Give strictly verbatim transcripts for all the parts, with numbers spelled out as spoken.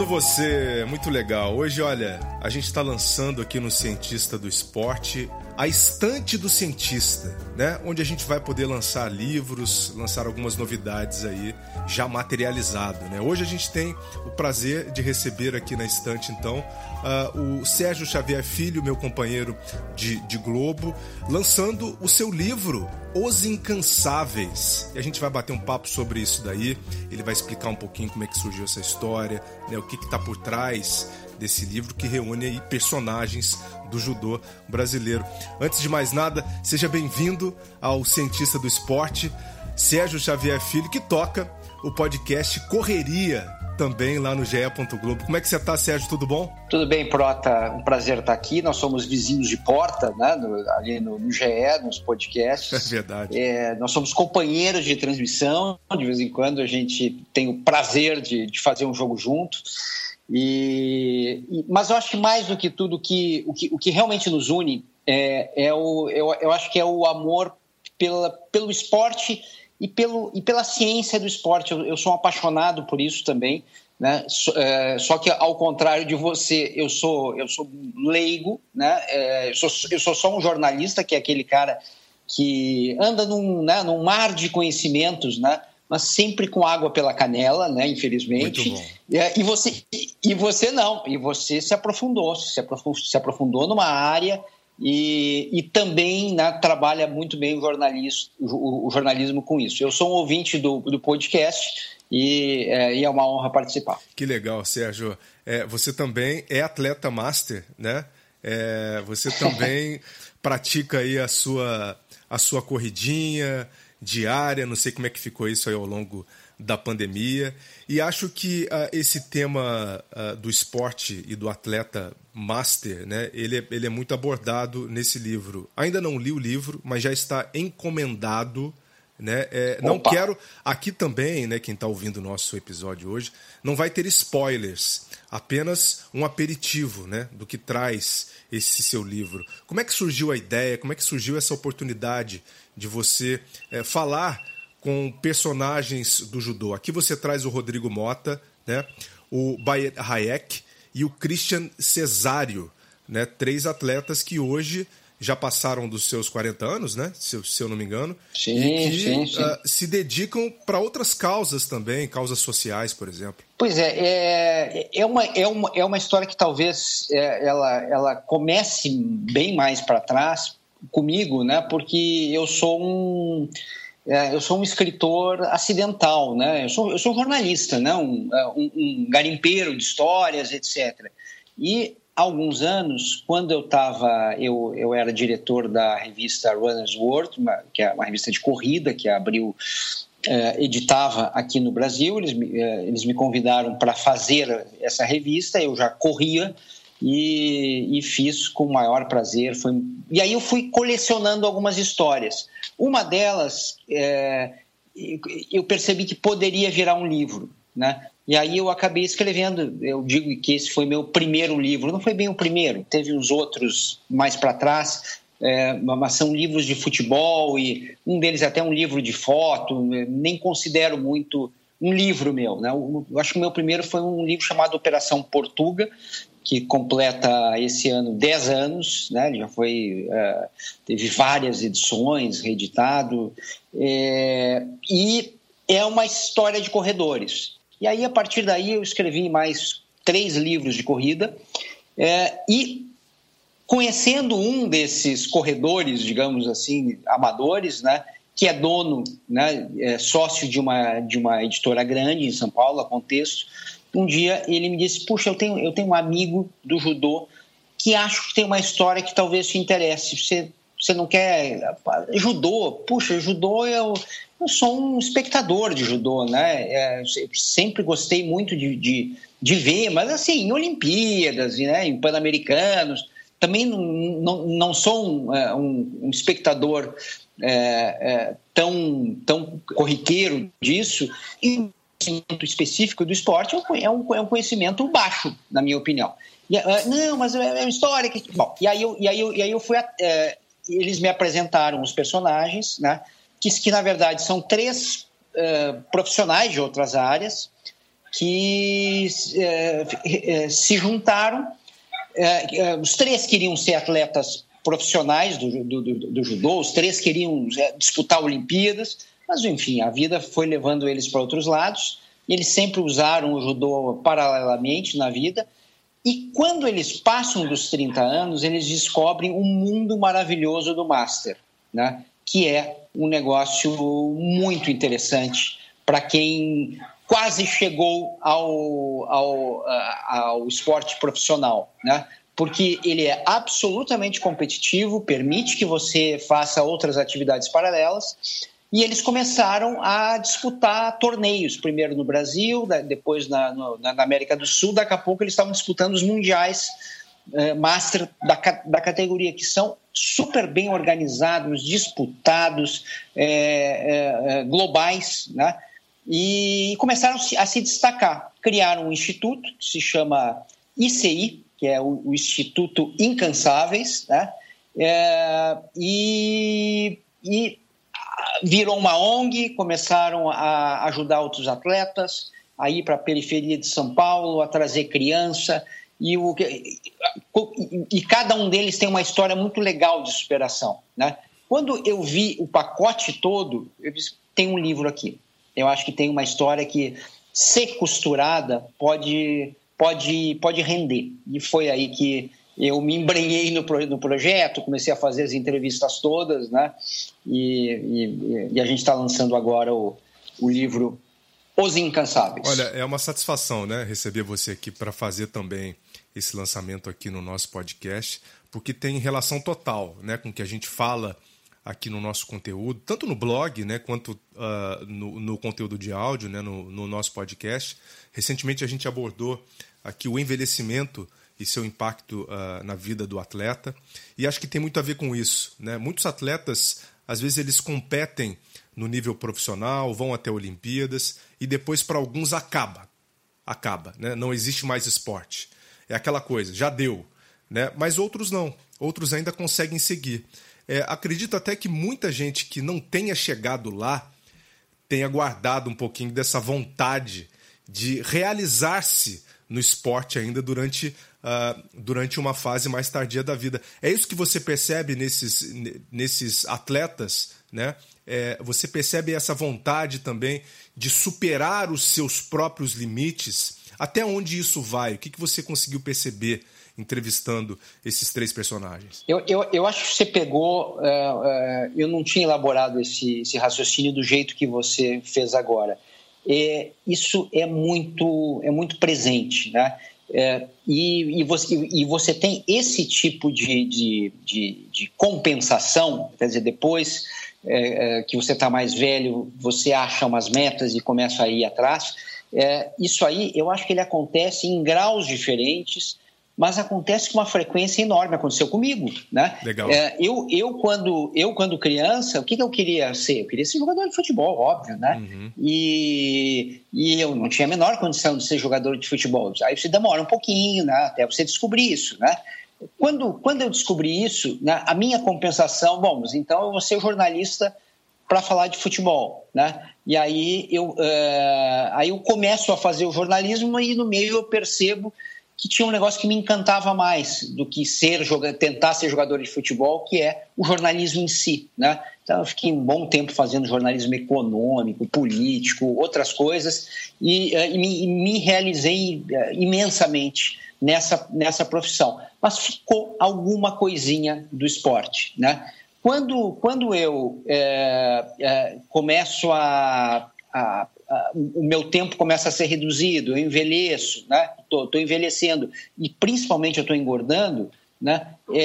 você, muito legal. Hoje, olha, a gente está lançando aqui no Cientista do Esporte a Estante do Cientista, né? Onde a gente vai poder lançar livros, lançar algumas novidades aí já materializado, né? Hoje a gente tem o prazer de receber aqui na estante, então, uh, o Sérgio Xavier Filho, meu companheiro de, de Globo, lançando o seu livro Os Incansáveis. E a gente vai bater um papo sobre isso daí. Ele vai explicar um pouquinho como é que surgiu essa história, né? O que está por trás desse livro que reúne aí personagens do judô brasileiro. Antes de mais nada, seja bem-vindo ao Cientista do Esporte, Sérgio Xavier Filho, que toca o podcast Correria também lá no G E ponto Globo. Como é que você está, Sérgio? Tudo bom? Tudo bem, Prota. Um prazer estar aqui. Nós somos vizinhos de porta, né? no, ali no, no G E, nos podcasts. É verdade. É, nós somos companheiros de transmissão. De vez em quando a gente tem o prazer de, de fazer um jogo junto. E, e, mas eu acho que mais do que tudo, que, o, que, o que realmente nos une é, é o, eu, eu acho que é o amor pela, pelo esporte e, pelo, e pela ciência do esporte. Eu, eu sou um apaixonado por isso também, né? So, é, só que, ao contrário de você, eu sou, eu sou leigo, né? É, eu, sou, eu sou só um jornalista, que é aquele cara que anda num, né, num mar de conhecimentos, né? Mas sempre com água pela canela, né? Infelizmente. Muito bom. E você, e você não, e você se aprofundou, se aprofundou, se aprofundou numa área e, e também, né, trabalha muito bem o jornalismo, o, o jornalismo com isso. Eu sou um ouvinte do, do podcast e é, e é uma honra participar. Que legal, Sérgio. É, você também é atleta master, né? É, você também pratica aí a sua, a sua corridinha diária, não sei como é que ficou isso aí ao longo da pandemia, e acho que uh, esse tema uh, do esporte e do atleta master, né, ele, é, ele é muito abordado nesse livro. Ainda não li o livro, mas já está encomendado, né? É, não quero, aqui também, né, quem está ouvindo o nosso episódio hoje, não vai ter spoilers, apenas um aperitivo, né, do que traz esse seu livro. Como é que surgiu a ideia, como é que surgiu essa oportunidade de você é, falar com personagens do judô? Aqui você traz o Rodrigo Mota, né, o Bayet Hayek e o Christian Cesário, né, três atletas que hoje já passaram dos seus quarenta anos, né, se, se eu não me engano, sim, e que sim, sim. Uh, se dedicam para outras causas também, causas sociais, por exemplo. Pois é, é, é, uma, é, uma, é uma história que talvez é, ela, ela comece bem mais para trás comigo, né, porque eu sou um... É, eu sou um escritor acidental, né? Eu sou, eu sou jornalista, né? um, um, um garimpeiro de histórias, etcétera. E há alguns anos, quando eu estava, eu, eu era diretor da revista Runner's World, uma, que é uma revista de corrida que a Abril é, editava aqui no Brasil. Eles me, é, eles me convidaram para fazer essa revista, eu já corria e, e fiz com o maior prazer. Foi, e aí eu fui colecionando algumas histórias. Uma delas, é, eu percebi que poderia virar um livro, né? E aí eu acabei escrevendo. Eu digo que esse foi meu primeiro livro. Não foi bem o primeiro, teve uns outros mais para trás, é, mas são livros de futebol e um deles é até um livro de foto. Nem considero muito um livro meu, né? Eu acho que o meu primeiro foi um livro chamado Operação Portuga, que completa esse ano dez anos, né? Ele já foi, uh, teve várias edições, reeditado, é, e é uma história de corredores. E aí, a partir daí, eu escrevi mais três livros de corrida, é, e conhecendo um desses corredores, digamos assim, amadores, né? Que é dono, né? É sócio de uma, de uma editora grande em São Paulo, a Contexto. Um dia ele me disse: puxa, eu tenho, eu tenho um amigo do judô que acho que tem uma história que talvez te interesse. Você, você não quer... Judô? Puxa, judô eu, eu sou um espectador de judô, né? É, eu sempre gostei muito de, de, de ver, mas assim, em Olimpíadas, né? Em Pan-Americanos. Também não, não, não sou um, um, um espectador é, é, tão, tão corriqueiro disso. E conhecimento específico do esporte é um, é um conhecimento baixo, na minha opinião. E, uh, não, mas é uma história que... Bom, e aí eu, e aí eu, e aí eu fui... A, uh, eles me apresentaram os personagens, né, que, que na verdade são três uh, profissionais de outras áreas, que é, é, se juntaram. É, os três queriam ser atletas profissionais do, do, do, do judô, os três queriam disputar Olimpíadas, mas, enfim, a vida foi levando eles para outros lados. Eles sempre usaram o judô paralelamente na vida. E quando eles passam dos trinta anos, eles descobrem um mundo maravilhoso do Master, né? Que é um negócio muito interessante para quem quase chegou ao, ao, ao esporte profissional, né? Porque ele é absolutamente competitivo, permite que você faça outras atividades paralelas, e eles começaram a disputar torneios, primeiro no Brasil, depois na, no, na América do Sul. Daqui a pouco eles estavam disputando os mundiais eh, Master da, da categoria, que são super bem organizados, disputados, é, é, globais, né? E começaram a se destacar. Criaram um instituto que se chama I C I, que é o, o Instituto Incansáveis, né? É, e, e virou uma O N G, começaram a ajudar outros atletas a ir para a periferia de São Paulo, a trazer criança. E, o, e, e cada um deles tem uma história muito legal de superação, né? Quando eu vi o pacote todo, eu disse, tem um livro aqui. Eu acho que tem uma história que, se costurada, pode, pode, pode render. E foi aí que eu me embrenhei no, no projeto, comecei a fazer as entrevistas todas, né? E, e, e a gente está lançando agora o, o livro Os Incansáveis. Olha, é uma satisfação, né, receber você aqui para fazer também esse lançamento aqui no nosso podcast, porque tem relação total, né, com o que a gente fala aqui no nosso conteúdo, tanto no blog, né, quanto uh, no, no conteúdo de áudio, né, no, no nosso podcast. Recentemente a gente abordou aqui o envelhecimento e seu impacto uh, na vida do atleta, e acho que tem muito a ver com isso, né? Muitos atletas, às vezes, eles competem no nível profissional, vão até Olimpíadas, e depois, para alguns, acaba. Acaba, né? Não existe mais esporte. É aquela coisa, já deu, né? Mas outros não, outros ainda conseguem seguir. É, acredito até que muita gente que não tenha chegado lá tenha guardado um pouquinho dessa vontade de realizar-se no esporte ainda durante, uh, durante uma fase mais tardia da vida. É isso que você percebe nesses, nesses atletas, né? É, você percebe essa vontade também de superar os seus próprios limites? Até onde isso vai? O que, que você conseguiu perceber entrevistando esses três personagens? Eu, eu, eu acho que você pegou... Uh, uh, eu não tinha elaborado esse, esse raciocínio do jeito que você fez agora. É, isso é muito, é muito presente, né? É, e, e, você, e você tem esse tipo de, de, de, de compensação, quer dizer, depois é, é, que você está mais velho, você acha umas metas e começa a ir atrás. É, isso aí, eu acho que ele acontece em graus diferentes, mas acontece com uma frequência enorme. Aconteceu comigo, né? Legal. É, eu, eu, quando, eu, quando criança, o que, que eu queria ser? Eu queria ser jogador de futebol, óbvio, né? Uhum. E, e eu não tinha a menor condição de ser jogador de futebol. Aí você demora um pouquinho, né, até você descobrir isso, né? Quando, quando eu descobri isso, né, a minha compensação, bom, mas então eu vou ser jornalista para falar de futebol, né? E aí eu, uh, aí eu começo a fazer o jornalismo e no meio eu percebo que tinha um negócio que me encantava mais do que ser, tentar ser jogador de futebol, que é o jornalismo em si, né? Então eu fiquei um bom tempo fazendo jornalismo econômico, político, outras coisas, e, e, me, e me realizei imensamente nessa, nessa profissão. Mas ficou alguma coisinha do esporte, né? Quando, quando eu é, é, começo a... a Uh, o meu tempo começa a ser reduzido, eu envelheço, né? Tô, tô envelhecendo e principalmente eu estou engordando, né?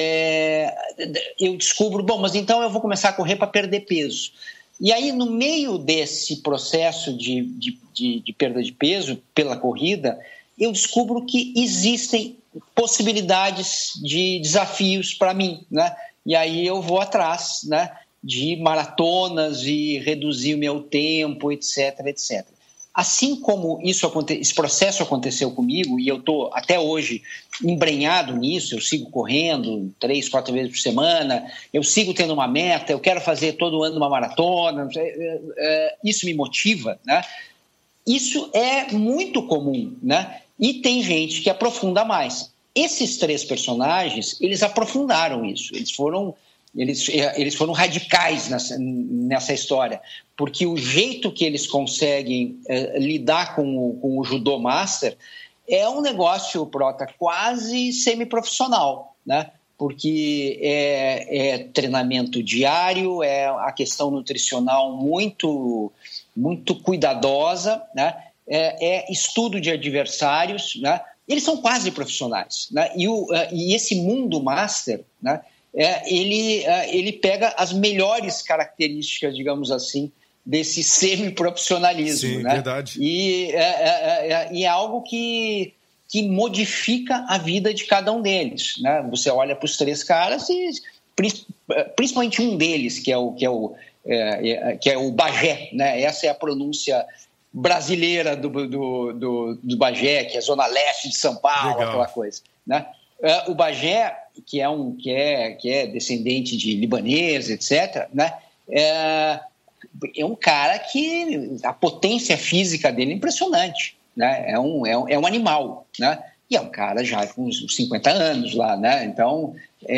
É, eu descubro, bom, mas então eu vou começar a correr para perder peso. E aí, no meio desse processo de, de, de, de perda de peso pela corrida, eu descubro que existem possibilidades de desafios para mim, né? E aí eu vou atrás, né, de maratonas e reduzir o meu tempo, etc, etcétera. Assim como isso, esse processo aconteceu comigo, e eu estou até hoje embrenhado nisso, eu sigo correndo três, quatro vezes por semana, eu sigo tendo uma meta, eu quero fazer todo ano uma maratona, isso me motiva, né? isso é muito comum, né? E tem gente que aprofunda mais. Esses três personagens, eles aprofundaram isso, eles foram, eles, eles foram radicais nessa, nessa história, porque o jeito que eles conseguem é, lidar com o, com o Judô Master é um negócio, Prota, quase semiprofissional, né? Porque é, é treinamento diário, é a questão nutricional muito, muito cuidadosa, né? É, é estudo de adversários, né? Eles são quase profissionais, né? E, o, e esse mundo master, né? É, ele, ele pega as melhores características, digamos assim, desse semi-profissionalismo. Sim, né? Verdade. E é, é, é, é algo que, que modifica a vida de cada um deles. Né? Você olha para os três caras e principalmente um deles, que é o, que é o, é, que é o Bagé, né? Essa é a pronúncia brasileira do, do, do, do Bagé, que é a zona leste de São Paulo, Legal. Aquela coisa. Né? O Bagé, que é, um, que, é, que é descendente de libanês, etcétera, né? é, é um cara que a potência física dele é impressionante. Né? É, um, é, um, é um animal. Né? E é um cara já com uns cinquenta anos lá. Né? Então,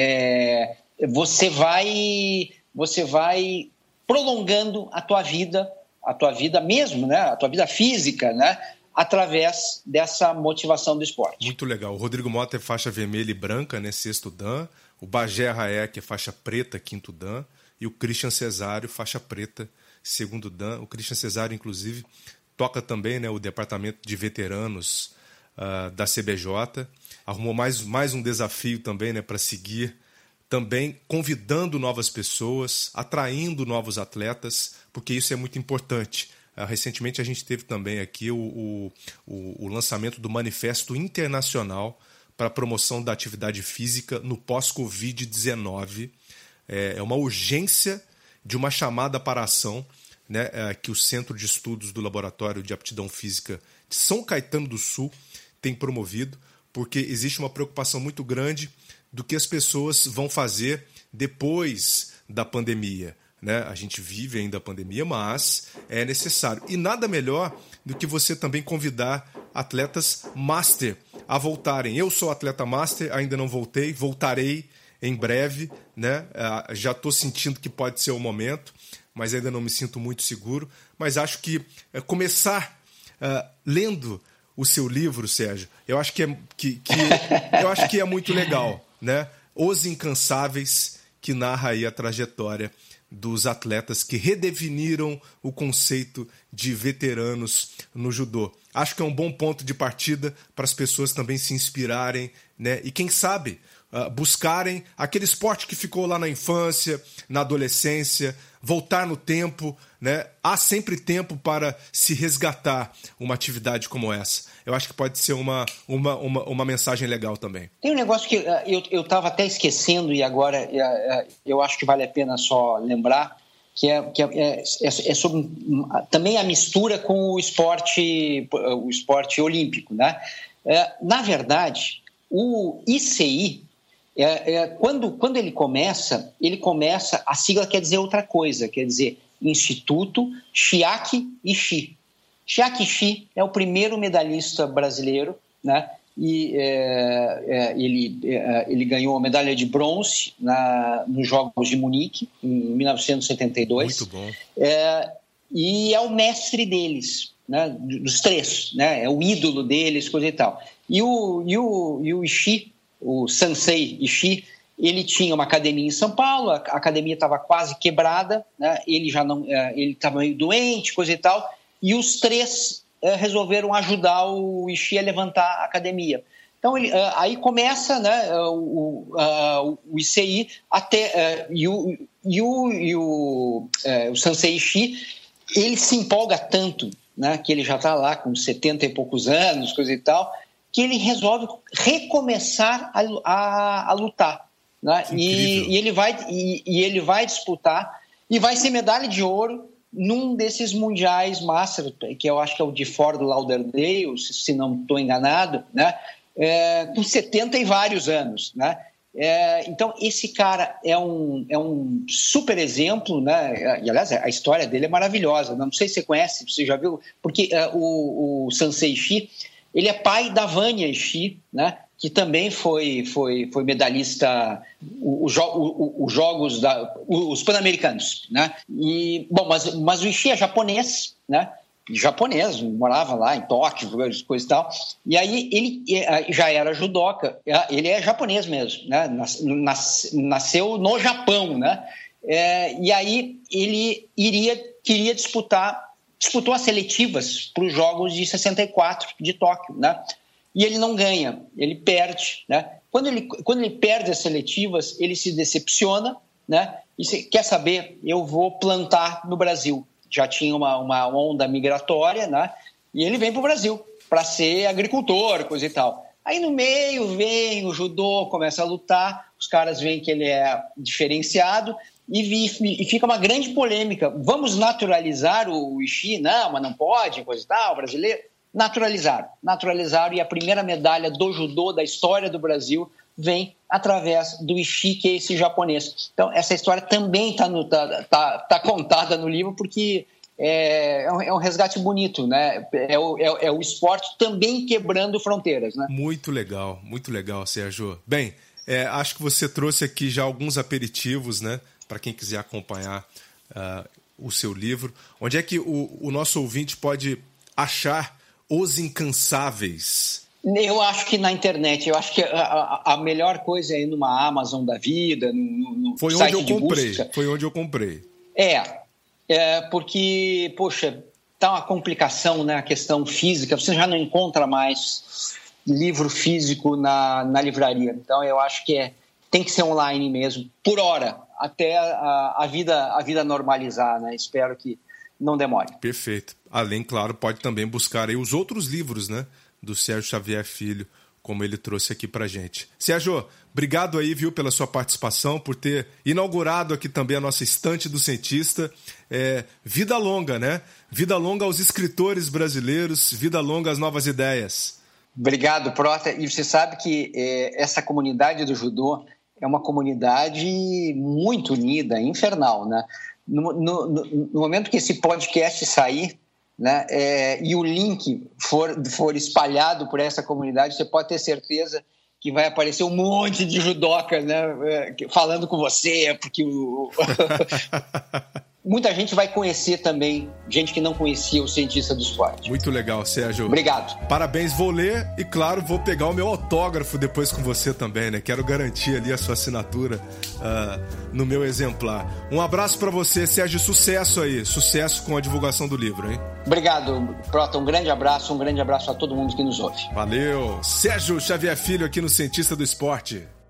é, você, vai, você vai prolongando a tua vida, a tua vida mesmo, né? A tua vida física, né? Através dessa motivação do esporte. Muito legal. O Rodrigo Mota é faixa vermelha e branca, né? Sexto Dan. O Bagé Raek é faixa preta, quinto Dan. E o Christian Cesário, faixa preta, segundo Dan. O Christian Cesário, inclusive, toca também, né, o departamento de veteranos uh, da C B J. Arrumou mais, mais um desafio também, né, para seguir, também convidando novas pessoas, atraindo novos atletas, porque isso é muito importante. Uh, recentemente a gente teve também aqui o, o, o, o lançamento do Manifesto Internacional para a Promoção da Atividade Física no pós-covid dezenove. É, é uma urgência de uma chamada para a ação, né, é, que o Centro de Estudos do Laboratório de Aptidão Física de São Caetano do Sul tem promovido, porque existe uma preocupação muito grande do que as pessoas vão fazer depois da pandemia. Né? A gente vive ainda a pandemia, mas é necessário. E nada melhor do que você também convidar atletas master a voltarem. Eu sou atleta master, ainda não voltei, voltarei em breve. Né? Já estou sentindo que pode ser o momento, mas ainda não me sinto muito seguro. Mas acho que é, começar uh, lendo o seu livro, Sérgio, eu acho que é, que, que, eu acho que é muito legal. Né? Os Incansáveis, que narra aí a trajetória dos atletas que redefiniram o conceito de veteranos no judô. Acho que é um bom ponto de partida para as pessoas também se inspirarem, né? E quem sabe uh, buscarem aquele esporte que ficou lá na infância, na adolescência, voltar no tempo, né? Há sempre tempo para se resgatar uma atividade como essa. Eu acho que pode ser uma, uma, uma, uma mensagem legal também. Tem um negócio que uh, eu estava até esquecendo e agora uh, uh, eu acho que vale a pena só lembrar, que é, que é, é, é sobre um, também a mistura com o esporte, o esporte olímpico. Né? Uh, na verdade, o I C I, é, é, quando, quando ele começa, ele começa, a sigla quer dizer outra coisa, quer dizer Instituto Chiaki Ishii. Chiaki Ishii é o primeiro medalhista brasileiro, né? E é, é, ele, é, ele ganhou a medalha de bronze na, nos Jogos de Munique, em mil novecentos e setenta e dois. Muito bom. É, e é o mestre deles, né? Dos três, né? É o ídolo deles, coisa e tal. E o, e o, e o Ishii, o Sensei Ishii, ele tinha uma academia em São Paulo, a academia estava quase quebrada, né? Ele já não, ele estava meio doente, coisa e tal. E os três uh, resolveram ajudar o Ishii a levantar a academia. Então, ele, uh, aí começa, né, o, uh, o I C I até, uh, e, o, e, o, e o, uh, o Sensei Ishii, ele se empolga tanto, né, que ele já está lá com setenta e poucos anos, coisa e tal, que ele resolve recomeçar a, a, a lutar. Né? E, e, ele vai, e, e ele vai disputar e vai ser medalha de ouro num desses mundiais master, que eu acho que é o de Fort Lauderdale, se não estou enganado, né? É, com setenta e vários anos. Né? É, então, esse cara é um, é um super exemplo, né? E, aliás, a história dele é maravilhosa. Não sei se você conhece, você já viu, porque uh, o, o Sansei Ishii, ele é pai da Vanya Ishii, né? Que também foi, foi, foi medalhista, os jo, jogos, da, os Pan-Americanos, né? E, bom, mas, mas o Ishii é japonês, né? Japonês, morava lá em Tóquio, coisa e tal. E aí ele já era judoca, ele é japonês mesmo, né? Nas, nasceu no Japão, né? É, e aí ele iria, queria disputar, disputou as seletivas para os Jogos de sessenta e quatro de Tóquio, né? E ele não ganha, ele perde, né? Quando ele, quando ele perde as seletivas, ele se decepciona, né? E se, quer saber, eu vou plantar no Brasil. Já tinha uma, uma onda migratória, né? E ele vem para o Brasil para ser agricultor, coisa e tal. Aí no meio vem o judô, começa a lutar, os caras veem que ele é diferenciado e, vi, e fica uma grande polêmica. Vamos naturalizar o Ishii? Não, mas não pode, coisa e tal, brasileiro. Naturalizaram, naturalizaram e a primeira medalha do judô da história do Brasil vem através do Ishii, que é esse japonês. Então, essa história também está tá, tá, tá contada no livro, porque é, é, um, é um resgate bonito, né? É o, é, é o esporte também quebrando fronteiras, né? Muito legal, muito legal, Sérgio. Bem, é, acho que você trouxe aqui já alguns aperitivos, né? Para quem quiser acompanhar uh, o seu livro. Onde é que o, o nosso ouvinte pode achar Os Incansáveis? Eu acho que na internet, eu acho que a, a melhor coisa é ir numa Amazon da vida, no, no foi site onde eu de comprei, busca. Foi onde eu comprei. É, é, porque, poxa, tá uma complicação, né, a questão física, você já não encontra mais livro físico na, na livraria. Então eu acho que é, tem que ser online mesmo, por hora, até a, a, vida, a vida normalizar, né? Espero que não demore. Perfeito. Além, claro, pode também buscar aí os outros livros, né, do Sérgio Xavier Filho, como ele trouxe aqui pra gente. Sérgio, obrigado aí, viu, pela sua participação, por ter inaugurado aqui também a nossa estante do cientista. É, vida longa, né? Vida longa aos escritores brasileiros, vida longa às novas ideias. Obrigado, Prota. E você sabe que é, essa comunidade do judô é uma comunidade muito unida, infernal, né? No, no, no momento que esse podcast sair, né, é, e o link for, for espalhado por essa comunidade, você pode ter certeza que vai aparecer um monte de judocas, né, falando com você, porque o... muita gente vai conhecer também, gente que não conhecia o cientista do esporte. Muito legal, Sérgio. Obrigado. Parabéns, vou ler e, claro, vou pegar o meu autógrafo depois com você também, né? Quero garantir ali a sua assinatura uh, no meu exemplar. Um abraço para você, Sérgio, sucesso aí, sucesso com a divulgação do livro, hein? Obrigado, Prota, um grande abraço, um grande abraço a todo mundo que nos ouve. Valeu. Sérgio Xavier Filho aqui no Cientista do Esporte.